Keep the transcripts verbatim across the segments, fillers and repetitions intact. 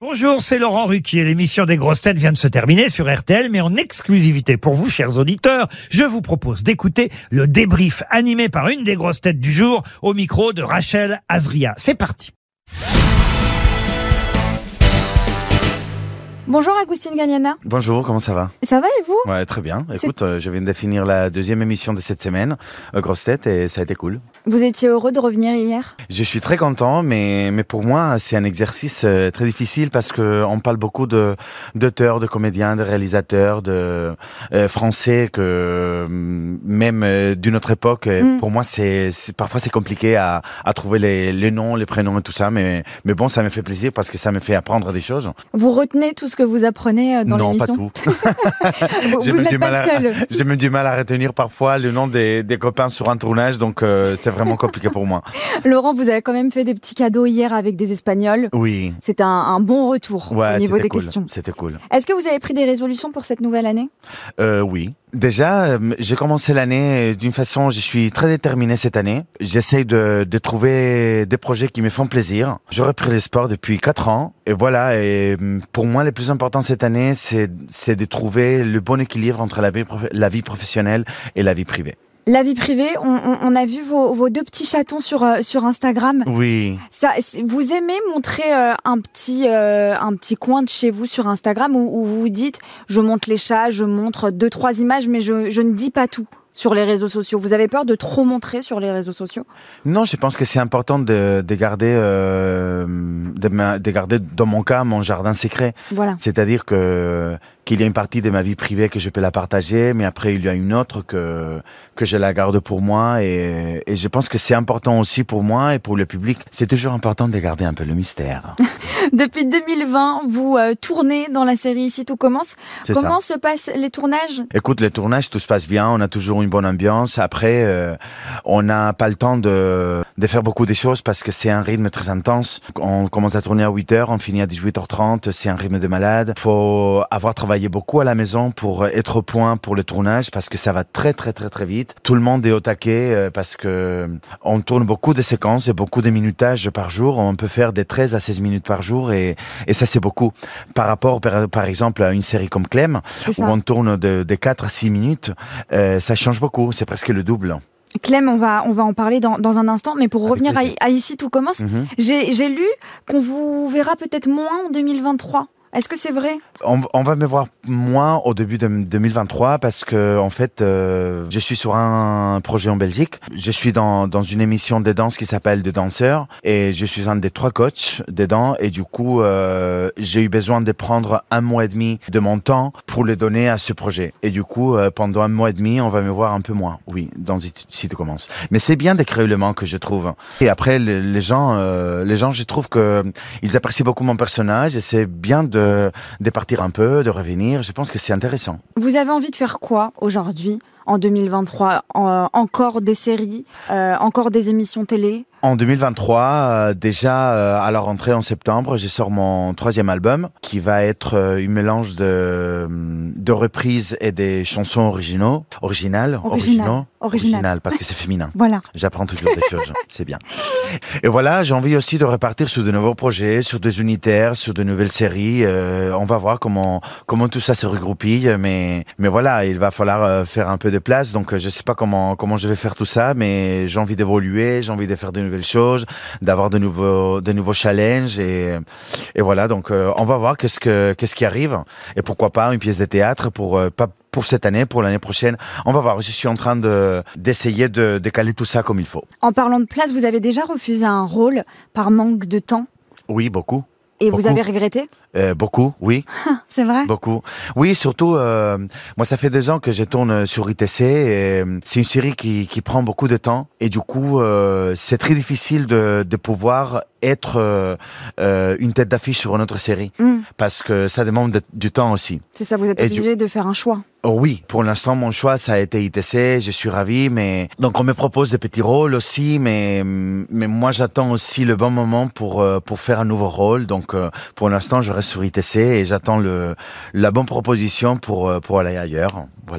Bonjour, c'est Laurent Ruquier. L'émission des grosses têtes vient de se terminer sur R T L, mais en exclusivité pour vous, chers auditeurs, je vous propose d'écouter le débrief animé par une des grosses têtes du jour au micro de Rachel Azria. C'est parti. Bonjour Agustin Gagnana. Bonjour, comment ça va? Ça va et vous? Ouais, très bien. Écoute, euh, je viens de finir la deuxième émission de cette semaine, euh, Grosse Tête, et ça a été cool. Vous étiez heureux de revenir hier? Je suis très content, mais, mais pour moi, c'est un exercice euh, très difficile parce qu'on parle beaucoup de, d'auteurs, de comédiens, de réalisateurs, de euh, français, que euh, même euh, d'une autre époque. Mm. Pour moi, c'est, c'est parfois c'est compliqué à, à trouver les, les noms, les prénoms et tout ça, mais, mais bon, ça me fait plaisir parce que ça me fait apprendre des choses. Vous retenez tout ce que vous apprenez dans non, l'émission? Non, pas tout. vous vous n'êtes pas seul. J'ai même du mal à retenir parfois le nom des, des copains sur un tournage, donc euh, c'est vraiment compliqué pour moi. Laurent, vous avez quand même fait des petits cadeaux hier avec des Espagnols. Oui. C'était un, un bon retour ouais, au niveau des cool. questions. C'était cool. Est-ce que vous avez pris des résolutions pour cette nouvelle année? euh, Oui. Déjà, euh, j'ai commencé l'année d'une façon, je suis très déterminé cette année. J'essaye de, de trouver des projets qui me font plaisir. J'ai repris le sport depuis quatre ans. Et voilà, et pour moi, le plus important cette année, c'est, c'est de trouver le bon équilibre entre la vie, la vie professionnelle et la vie privée. La vie privée, on, on, on a vu vos, vos deux petits chatons sur, euh, sur Instagram. Oui. Ça, vous aimez montrer euh, un, petit, euh, un petit coin de chez vous sur Instagram où, où vous vous dites « je montre les chats, je montre deux, trois images, mais je, je ne dis pas tout » sur les réseaux sociaux. Vous avez peur de trop montrer sur les réseaux sociaux? Non, je pense que c'est important de, de, garder, euh, de, de garder, dans mon cas, mon jardin secret. Voilà. C'est-à-dire que qu'il y a une partie de ma vie privée que je peux la partager, mais après il y a une autre que, que je la garde pour moi. Et, et je pense que c'est important aussi pour moi et pour le public. C'est toujours important de garder un peu le mystère. Depuis deux mille vingt, vous euh, tournez dans la série Ici tout commence. C'est Comment ça. se passent les tournages? Écoute, les tournages, tout se passe bien. On a toujours une bonne ambiance. Après, euh, on n'a pas le temps de, de faire beaucoup de choses parce que c'est un rythme très intense. On commence à tourner à huit heures, on finit à dix-huit heures trente. C'est un rythme de malade. Il faut avoir travaillé beaucoup à la maison pour être au point pour le tournage parce que ça va très très très très vite. Tout le monde est au taquet parce que on tourne beaucoup de séquences et beaucoup de minutages par jour. On peut faire des treize à seize minutes par jour et, et ça c'est beaucoup. Par rapport par, par exemple à une série comme Clem où on tourne de, de quatre à six minutes, euh, ça change beaucoup. C'est presque le double. Clem, on va, on va en parler dans, dans un instant, mais pour Avec revenir à, à Ici tout commence, mm-hmm. j'ai, j'ai lu qu'on vous verra peut-être moins en deux mille vingt-trois. Est-ce que c'est vrai? on, on va me voir moins au début de deux mille vingt-trois parce que en fait, euh, je suis sur un projet en Belgique. Je suis dans, dans une émission de danse qui s'appelle De Danseurs et je suis un des trois coachs dedans et du coup, euh, j'ai eu besoin de prendre un mois et demi de mon temps pour le donner à ce projet. Et du coup, euh, pendant un mois et demi, on va me voir un peu moins. Oui, dans Si tu commences. Mais c'est bien d'écrire le manque que je trouve. Et après, les, les gens, euh, les gens, je trouve que ils apprécient beaucoup mon personnage et c'est bien de De, de partir un peu, de revenir. Je pense que c'est intéressant. Vous avez envie de faire quoi aujourd'hui, en deux mille vingt-trois? en, Encore des séries, euh, encore des émissions télé? En deux mille vingt-trois, euh, déjà euh, à la rentrée en septembre, je sors mon troisième album qui va être euh, un mélange de, de reprises et des chansons originaux, originales, Original. originaux, Original. original, parce que c'est féminin. Voilà. J'apprends toujours des choses, c'est bien. Et voilà, j'ai envie aussi de repartir sur de nouveaux projets, sur des unitaires, sur de nouvelles séries. Euh, on va voir comment comment tout ça se regroupille, mais mais voilà, il va falloir euh, faire un peu de place. Donc je sais pas comment comment je vais faire tout ça, mais j'ai envie d'évoluer, j'ai envie de faire de nouvelles choses, d'avoir de nouveaux de nouveaux challenges et et voilà. Donc euh, on va voir qu'est-ce que qu'est-ce qui arrive et pourquoi pas une pièce de théâtre pour euh, pas pour cette année, pour l'année prochaine. On va voir, je suis en train de, d'essayer de, de caler tout ça comme il faut. En parlant de place, vous avez déjà refusé un rôle par manque de temps? Oui, beaucoup. Et beaucoup. Vous avez regretté? euh, Beaucoup, oui. C'est vrai? Beaucoup. Oui, surtout, euh, moi ça fait deux ans que je tourne sur I T C et c'est une série qui, qui prend beaucoup de temps et du coup, euh, c'est très difficile de, de pouvoir être euh, euh, une tête d'affiche sur une autre série mm. parce que ça demande de, du temps aussi. C'est ça, vous êtes obligé du... de faire un choix. Oh oui, pour l'instant, mon choix, ça a été I T C, je suis ravi, mais donc on me propose des petits rôles aussi, mais mais moi j'attends aussi le bon moment pour pour faire un nouveau rôle, donc pour l'instant je reste sur I T C et j'attends le la bonne proposition pour pour aller ailleurs, voilà.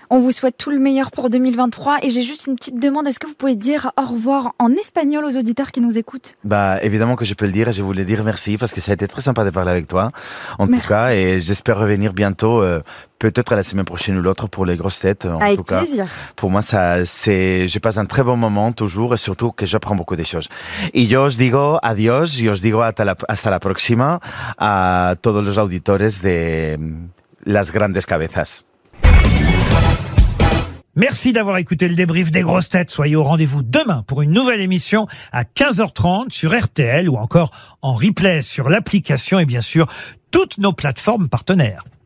On vous souhaite tout le meilleur pour deux mille vingt-trois et j'ai juste une petite demande. Est-ce que vous pouvez dire au revoir en espagnol aux auditeurs qui nous écoutent? Bah, évidemment que je peux le dire et je voulais dire merci parce que ça a été très sympa de parler avec toi, en Merci. tout cas, et j'espère revenir bientôt, euh, peut-être la semaine prochaine ou l'autre pour les grosses têtes. En Avec tout cas, plaisir. pour moi, ça, c'est, je passe un très bon moment toujours et surtout que j'apprends beaucoup de choses. Y yo os digo adiós y os digo hasta la, hasta la próxima a todos los auditores de Las Grandes Cabezas. Merci d'avoir écouté le débrief des grosses têtes. Soyez au rendez-vous demain pour une nouvelle émission à quinze heures trente sur R T L ou encore en replay sur l'application et bien sûr toutes nos plateformes partenaires.